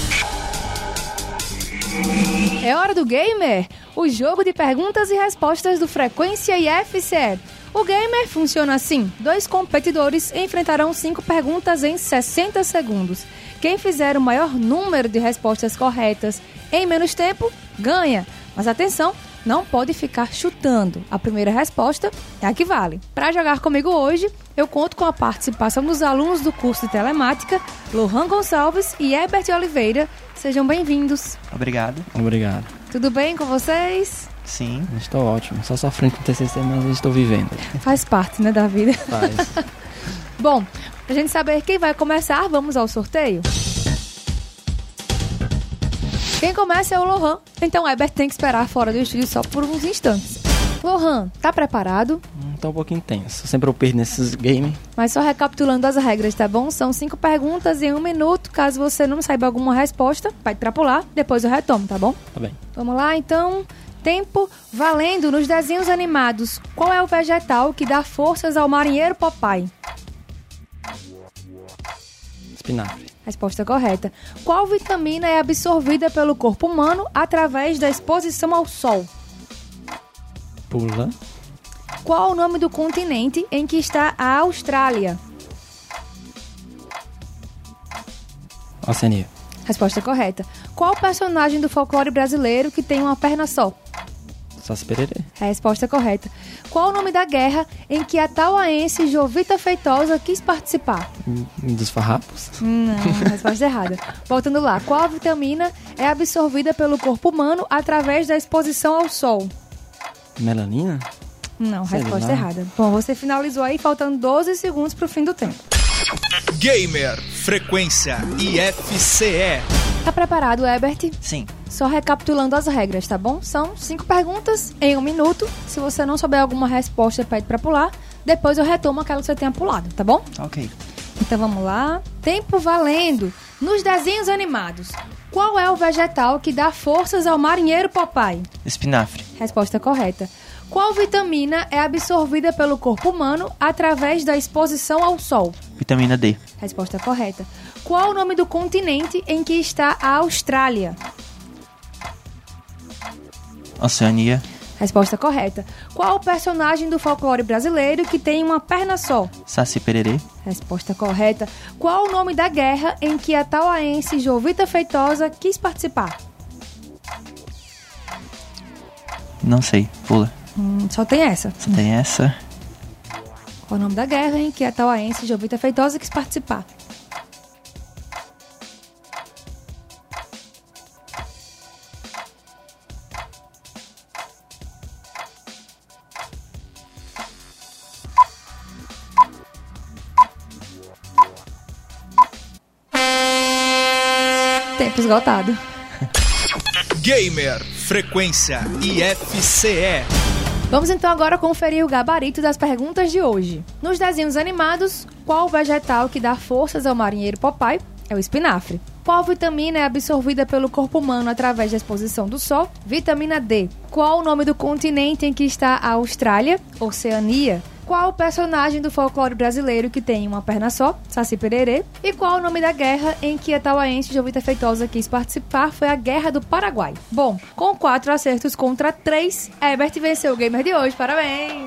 É hora do Gamer, o jogo de perguntas e respostas do Frequência IFCE. O Gamer funciona assim: 2 competidores enfrentarão 5 perguntas em 60 segundos. Quem fizer o maior número de respostas corretas em menos tempo, ganha. Mas atenção, não pode ficar chutando. A primeira resposta é a que vale. Para jogar comigo hoje, eu conto com a participação dos alunos do curso de telemática, Lohan Gonçalves e Herbert Oliveira. Sejam bem-vindos. Obrigado. Obrigado. Tudo bem com vocês? Sim. Estou ótimo. Só sofrendo com o TCC, mas estou vivendo. Faz parte, né, da vida. Faz. Bom, pra gente saber quem vai começar, vamos ao sorteio. Quem começa é o Lohan, então o Herbert tem que esperar fora do estúdio só por uns instantes. Lohan, tá preparado? Tá um pouquinho tenso. Sempre eu perco nesses games. Mas só recapitulando as regras, tá bom? São 5 perguntas em 1 minuto. Caso você não saiba alguma resposta, vai pra pular, depois eu retomo, tá bom? Tá bem. Vamos lá, então. Tempo valendo. Nos desenhos animados, qual é o vegetal que dá forças ao marinheiro Popeye? Espinafre. Resposta correta. Qual vitamina é absorvida pelo corpo humano através da exposição ao sol? Pula. Qual o nome do continente em que está a Austrália? Oceania. Resposta correta. Qual personagem do folclore brasileiro que tem uma perna só? Saci Pererê. Resposta correta. Qual o nome da guerra em que a tauaense Jovita Feitosa quis participar? Dos farrapos? Não, resposta errada. Voltando lá. Qual vitamina é absorvida pelo corpo humano através da exposição ao sol? Melanina? Não, resposta errada. Bom, você finalizou aí, faltando 12 segundos pro fim do tempo. Gamer Frequência IFCE. Tá preparado, Herbert? Sim. Só recapitulando as regras, tá bom? São 5 perguntas em 1 minuto. Se você não souber alguma resposta, pede pra pular. Depois eu retomo aquela que você tenha pulado, tá bom? Ok. Então vamos lá. Tempo valendo. Nos desenhos animados, qual é o vegetal que dá forças ao marinheiro Popeye? Espinafre. Resposta correta. Qual vitamina é absorvida pelo corpo humano através da exposição ao sol? Vitamina D. Resposta correta. Qual o nome do continente em que está a Austrália? Oceania. Resposta correta. Qual o personagem do folclore brasileiro que tem uma perna só? Saci Pererê. Resposta correta. Qual o nome da guerra em que a tauaense Jovita Feitosa quis participar? Não sei, pula. Só tem essa. Só tem essa. Qual o nome da guerra em que a tauaense Jovita Feitosa quis participar? Tempo esgotado. Gamer Frequência IFCE. Vamos então agora conferir o gabarito das perguntas de hoje. Nos desenhos animados, qual vegetal que dá forças ao marinheiro Popeye? É o espinafre. Qual vitamina é absorvida pelo corpo humano através da exposição do sol? Vitamina D. Qual o nome do continente em que está a Austrália? Oceania. Qual o personagem do folclore brasileiro que tem uma perna só? Saci Pererê. E qual o nome da guerra em que a tauaense Jovita Feitosa quis participar? Foi a Guerra do Paraguai. Bom, com 4 acertos contra 3, Herbert venceu o Gamer de hoje. Parabéns!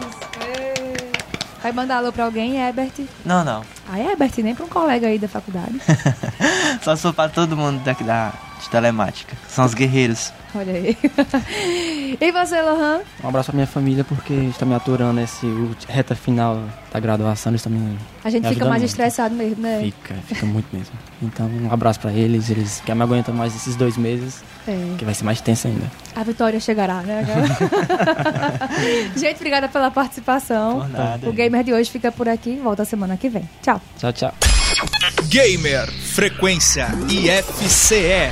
Vai mandar alô pra alguém, Herbert? Não, não. Ah, Herbert, nem pra um colega aí da faculdade. Só sou pra todo mundo daqui de telemática. São os guerreiros. Olha aí. E você, Lohan? Um abraço pra minha família, porque está me aturando esse reta final da graduação. Eles também a gente fica mais estressado mesmo, né? Fica muito mesmo. Então, um abraço pra eles. Eles que me aguentam mais esses 2 meses, que vai ser mais tenso ainda. A vitória chegará, né? Gente, obrigada pela participação. Por nada. O Gamer de hoje fica por aqui. Volta semana que vem. Tchau. Tchau, tchau. Gamer Frequência IFCE.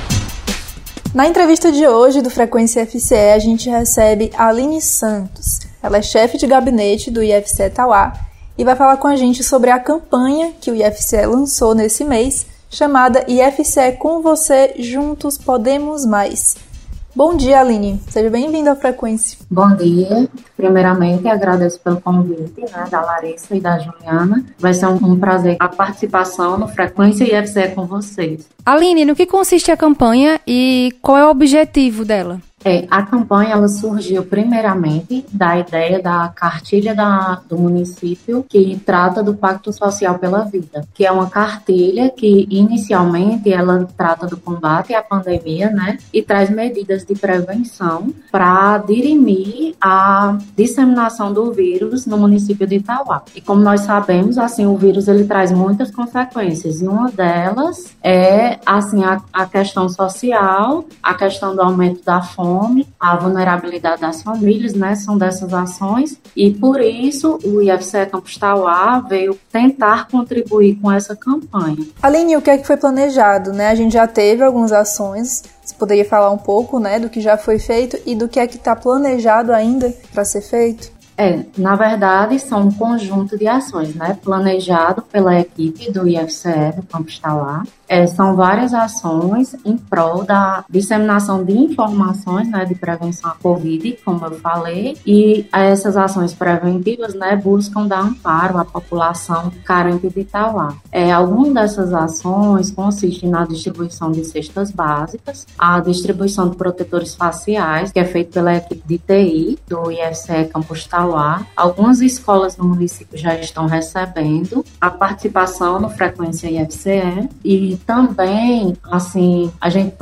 Na entrevista de hoje do Frequência IFCE, a gente recebe a Aline Santos. Ela é chefe de gabinete do IFCE Tauá e vai falar com a gente sobre a campanha que o IFCE lançou nesse mês, chamada IFCE Com Você, Juntos Podemos Mais. Bom dia, Aline. Seja bem-vinda à Frequência. Bom dia. Primeiramente, agradeço pelo convite, da Larissa e da Juliana. Vai ser um prazer a participação no Frequência IFCE com vocês. Aline, no que consiste a campanha e qual é o objetivo dela? A campanha ela surgiu primeiramente da ideia da cartilha do município que trata do Pacto Social pela Vida, que é uma cartilha que inicialmente ela trata do combate à pandemia, e traz medidas de prevenção para dirimir a disseminação do vírus no município de Tauá. E como nós sabemos, assim, o vírus ele traz muitas consequências e uma delas é assim a questão social, a questão do aumento da fome, a vulnerabilidade das famílias, são dessas ações e por isso o IFCE Campus Tauá veio tentar contribuir com essa campanha. Aline, o que é que foi planejado, A gente já teve algumas ações, você poderia falar um pouco, do que já foi feito e do que é que está planejado ainda para ser feito? Na verdade, são um conjunto de ações, planejado pela equipe do IFCE, do Campus Tauá. São várias ações em prol da disseminação de informações, de prevenção à Covid, como eu falei, e essas ações preventivas, buscam dar amparo à população carente de Tauá. Algumas dessas ações consistem na distribuição de cestas básicas, a distribuição de protetores faciais, que é feito pela equipe de TI do IFCE Campus Tauá. Algumas escolas no município já estão recebendo a participação no Frequência IFCE e também, assim, a gente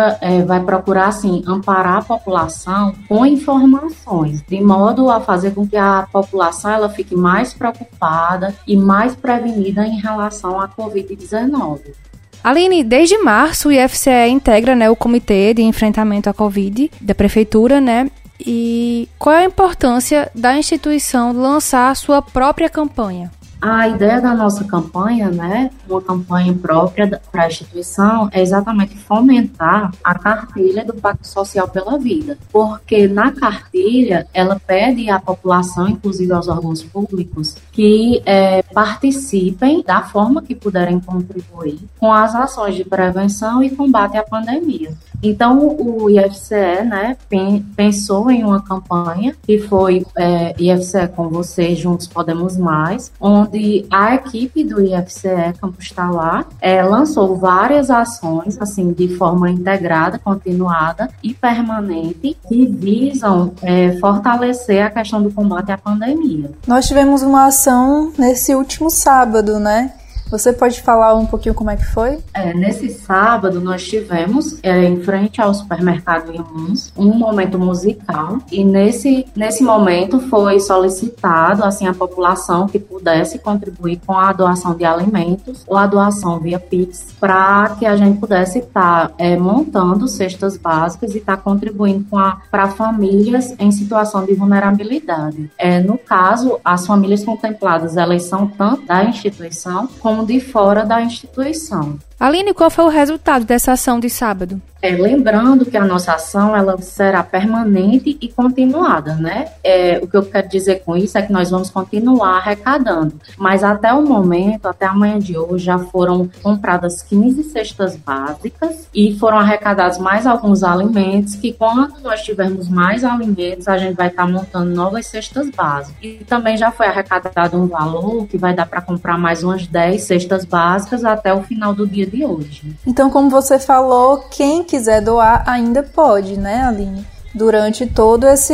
vai procurar, assim, amparar a população com informações, de modo a fazer com que a população ela fique mais preocupada e mais prevenida em relação à Covid-19. Aline, desde março o IFCE integra, o Comitê de Enfrentamento à Covid da Prefeitura, E qual é a importância da instituição lançar a sua própria campanha? A ideia da nossa campanha, uma campanha própria para a instituição, é exatamente fomentar a cartilha do Pacto Social pela Vida. Porque na cartilha, ela pede à população, inclusive aos órgãos públicos, que participem da forma que puderem contribuir com as ações de prevenção e combate à pandemia. Então, o IFCE, né, pensou em uma campanha que foi IFCE com você, Juntos Podemos Mais, onde a equipe do IFCE Campus Tauá lançou várias ações, assim, de forma integrada, continuada e permanente, que visam fortalecer a questão do combate à pandemia. Nós tivemos uma ação nesse último sábado, né? Você pode falar um pouquinho como é que foi? Nesse sábado nós tivemos, em frente ao supermercado Imuns, um momento musical, e nesse momento foi solicitado assim, a população que pudesse contribuir com a doação de alimentos ou a doação via Pix, para que a gente pudesse estar montando cestas básicas e estar contribuindo para famílias em situação de vulnerabilidade. No caso, as famílias contempladas, elas são tanto da instituição como de fora da instituição. Aline, qual foi o resultado dessa ação de sábado? Lembrando que a nossa ação ela será permanente e continuada, né? O que eu quero dizer com isso é que nós vamos continuar arrecadando, mas até o momento, até amanhã de hoje, já foram compradas 15 cestas básicas e foram arrecadados mais alguns alimentos, que quando nós tivermos mais alimentos, a gente vai estar montando novas cestas básicas. E também já foi arrecadado um valor que vai dar para comprar mais umas 10 cestas básicas até o final do dia de hoje. Então, como você falou, quem quiser doar ainda pode, né, Aline? Durante todas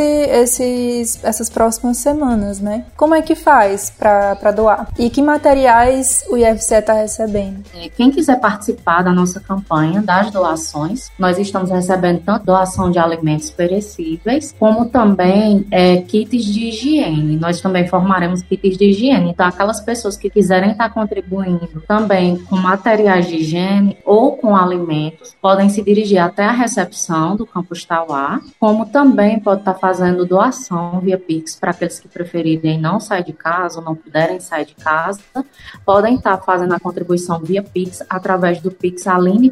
essas próximas semanas, né? Como é que faz para doar? E que materiais o IFCE está recebendo? Quem quiser participar da nossa campanha das doações, nós estamos recebendo tanto doação de alimentos perecíveis, como também kits de higiene. Nós também formaremos kits de higiene. Então, aquelas pessoas que quiserem estar contribuindo também com materiais de higiene ou com alimentos, podem se dirigir até a recepção do Campus Tauá, como também pode estar fazendo doação via Pix para aqueles que preferirem não sair de casa ou não puderem sair de casa, podem estar fazendo a contribuição via Pix através do Pix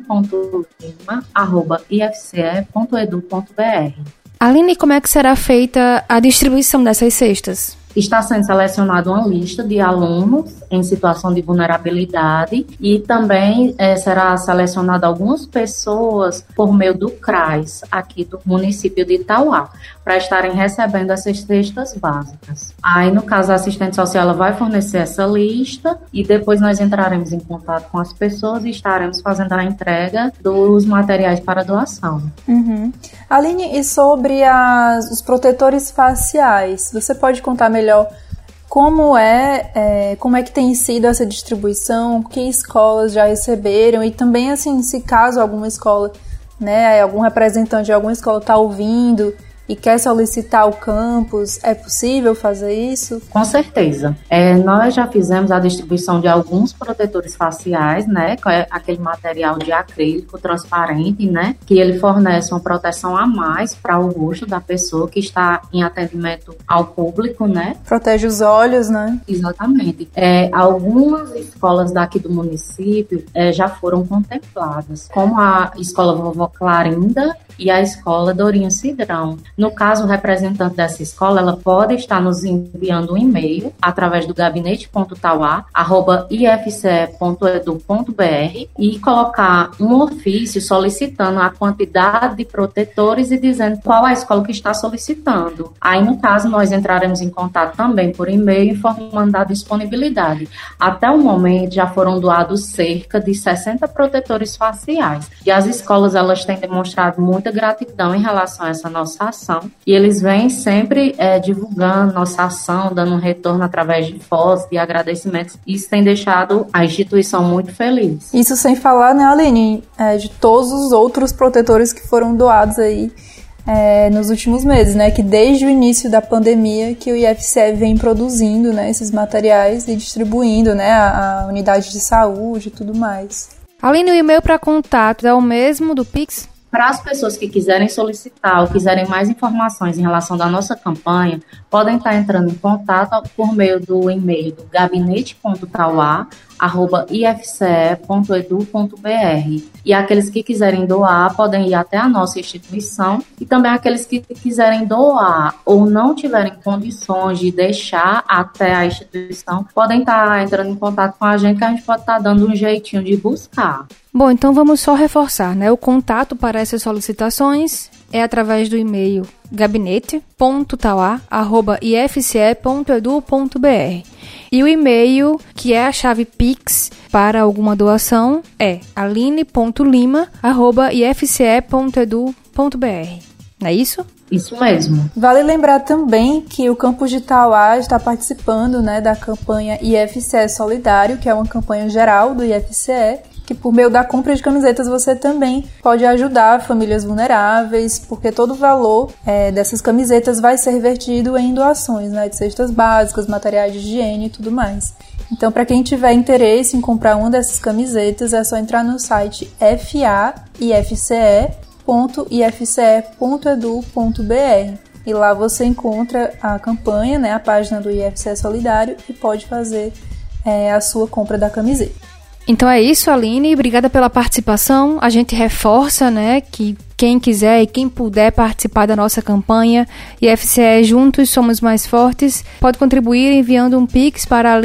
aline.lima@ifce.edu.br. Aline, como é que será feita a distribuição dessas cestas? Está sendo selecionada uma lista de alunos em situação de vulnerabilidade e também será selecionada algumas pessoas por meio do CRAS, aqui do município de Tauá, para estarem recebendo essas cestas básicas. Aí, no caso, a assistente social ela vai fornecer essa lista e depois nós entraremos em contato com as pessoas e estaremos fazendo a entrega dos materiais para doação. Uhum. Aline, e sobre os protetores faciais, você pode contar melhor como é que tem sido essa distribuição, que escolas já receberam e também, assim, se caso alguma escola, né, algum representante de alguma escola está ouvindo e quer solicitar o campus, é possível fazer isso? Com certeza. Nós já fizemos a distribuição de alguns protetores faciais, né, que é aquele material de acrílico transparente, né, que ele fornece uma proteção a mais para o rosto da pessoa que está em atendimento ao público, né. Protege os olhos, né? Exatamente. Algumas escolas daqui do município já foram contempladas, como a Escola Vovó Clarinda e a Escola Dourinho Cidrão. No caso, o representante dessa escola, ela pode estar nos enviando um e-mail através do gabinete.tauá@ifce.edu.br e colocar um ofício solicitando a quantidade de protetores e dizendo qual a escola que está solicitando. Aí, no caso, nós entraremos em contato também por e-mail informando da disponibilidade. Até o momento, já foram doados cerca de 60 protetores faciais. E as escolas, elas têm demonstrado muita gratidão em relação a essa nossa ação. E eles vêm sempre divulgando nossa ação, dando um retorno através de fotos, de agradecimentos. Isso tem deixado a instituição muito feliz. Isso sem falar, né, Aline, de todos os outros protetores que foram doados aí nos últimos meses, né? Que desde o início da pandemia que o IFCE vem produzindo, né, esses materiais e distribuindo, né, a unidade de saúde e tudo mais. Aline, o e-mail para contato é o mesmo do Pix? Para as pessoas que quiserem solicitar ou quiserem mais informações em relação da nossa campanha, podem estar entrando em contato por meio do e-mail do gabinete.tauá@ifce.edu.br. E aqueles que quiserem doar podem ir até a nossa instituição e também aqueles que quiserem doar ou não tiverem condições de deixar até a instituição, podem estar entrando em contato com a gente que a gente pode estar dando um jeitinho de buscar. Bom, então vamos só reforçar, né? O contato para essas solicitações é através do e-mail gabinete.tauá@ifce.edu.br. E o e-mail, que é a chave Pix para alguma doação, é aline.lima@ifce.edu.br. Não é isso? Isso mesmo. Vale lembrar também que o campus de Tauá está participando, né, da campanha IFCE Solidário, que é uma campanha geral do IFCE, que por meio da compra de camisetas você também pode ajudar famílias vulneráveis, porque todo o valor dessas camisetas vai ser vertido em doações, né, de cestas básicas, materiais de higiene e tudo mais. Então, para quem tiver interesse em comprar uma dessas camisetas, é só entrar no site faifce.edu.br e lá você encontra a campanha, né, a página do IFCE Solidário, e pode fazer a sua compra da camiseta. Então é isso, Aline, obrigada pela participação. A gente reforça, né, que quem quiser e quem puder participar da nossa campanha IFCE Juntos Somos Mais Fortes, pode contribuir enviando um pix para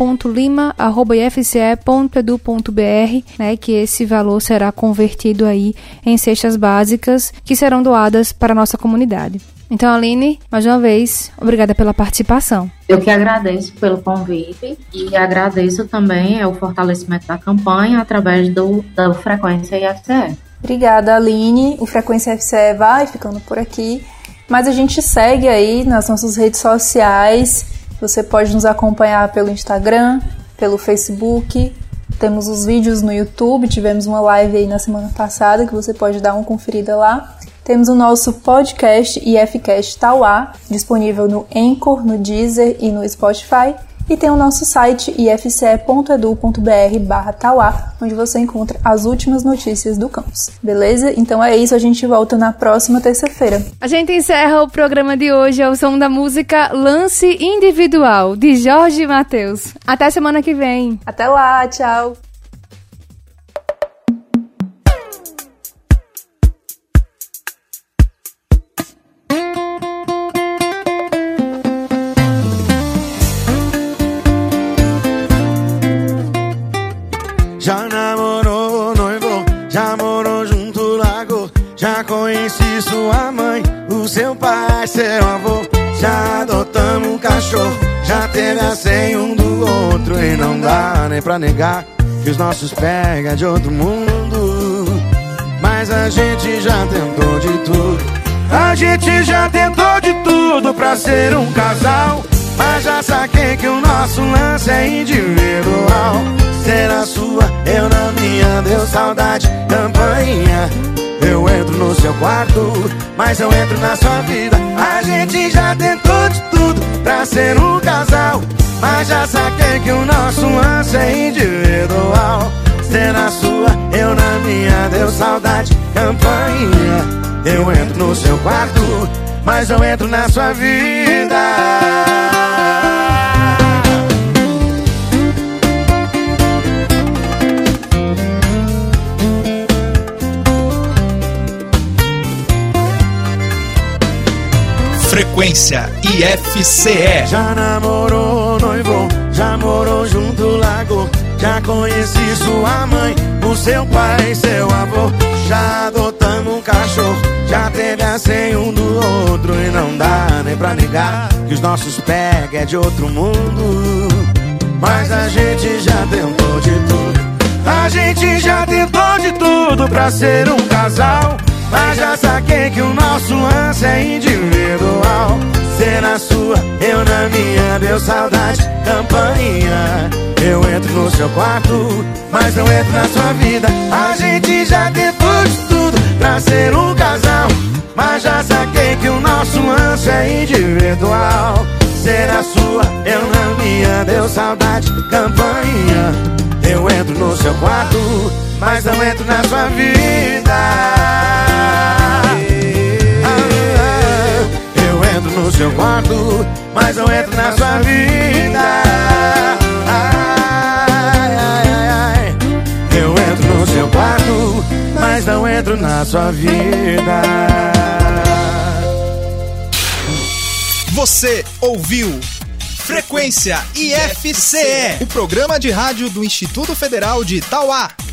aline.lima@ifce.edu.br, né, que esse valor será convertido aí em cestas básicas que serão doadas para a nossa comunidade. Então, Aline, mais uma vez, obrigada pela participação. Eu que agradeço pelo convite e agradeço também o fortalecimento da campanha através da Frequência IFCE. Obrigada, Aline. O Frequência IFCE vai ficando por aqui, mas a gente segue aí nas nossas redes sociais. Você pode nos acompanhar pelo Instagram, pelo Facebook. Temos os vídeos no YouTube, tivemos uma live aí na semana passada que você pode dar uma conferida lá. Temos o nosso podcast IFCast Tauá, disponível no Anchor, no Deezer e no Spotify. E tem o nosso site ifce.edu.br/Tauá, onde você encontra as últimas notícias do campus. Beleza? Então é isso, a gente volta na próxima terça-feira. A gente encerra o programa de hoje ao som da música Lance Individual, de Jorge Mateus. Até semana que vem. Até lá, tchau! Já namorou, noivou, já morou junto, largou. Já conheci sua mãe, o seu pai, seu avô. Já adotamos um cachorro, já teve a senha um do outro. E não dá nem pra negar que os nossos pega de outro mundo. Mas a gente já tentou de tudo. A gente já tentou de tudo pra ser um casal. Mas já saquei que o nosso lance é individual. Ser a sua, eu na minha, deu saudade, campainha. Eu entro no seu quarto, mas eu entro na sua vida. A gente já tentou de tudo pra ser um casal. Mas já saquei que o nosso lance é individual. Ser a sua, eu na minha, deu saudade, campainha. Eu entro no seu quarto, mas eu entro na sua vida. Frequência IFCE. Já namorou, noivou, já morou junto, largou. Já conheci sua mãe, o seu pai, seu avô. Já adotamos um cachorro, já teve a senha um do outro. E não dá nem pra negar que os nossos pega é de outro mundo. Mas a gente já tentou de tudo. A gente já tentou de tudo pra ser um casal. Mas já saquei que o nosso lance é individual. Ser na sua, eu na minha, deu saudade, campainha. Eu entro no seu quarto, mas não entro na sua vida. A gente já tentou de tudo pra ser um casal. Mas já saquei que o nosso lance é individual. Ser na sua, eu na minha, deu saudade, campainha. Eu entro no seu quarto, mas não entro na sua vida. Eu entro no seu quarto, mas não entro na sua vida. Eu entro no seu quarto, mas não entro na sua vida. Você ouviu Frequência IFCE, o programa de rádio do Instituto Federal de Tauá.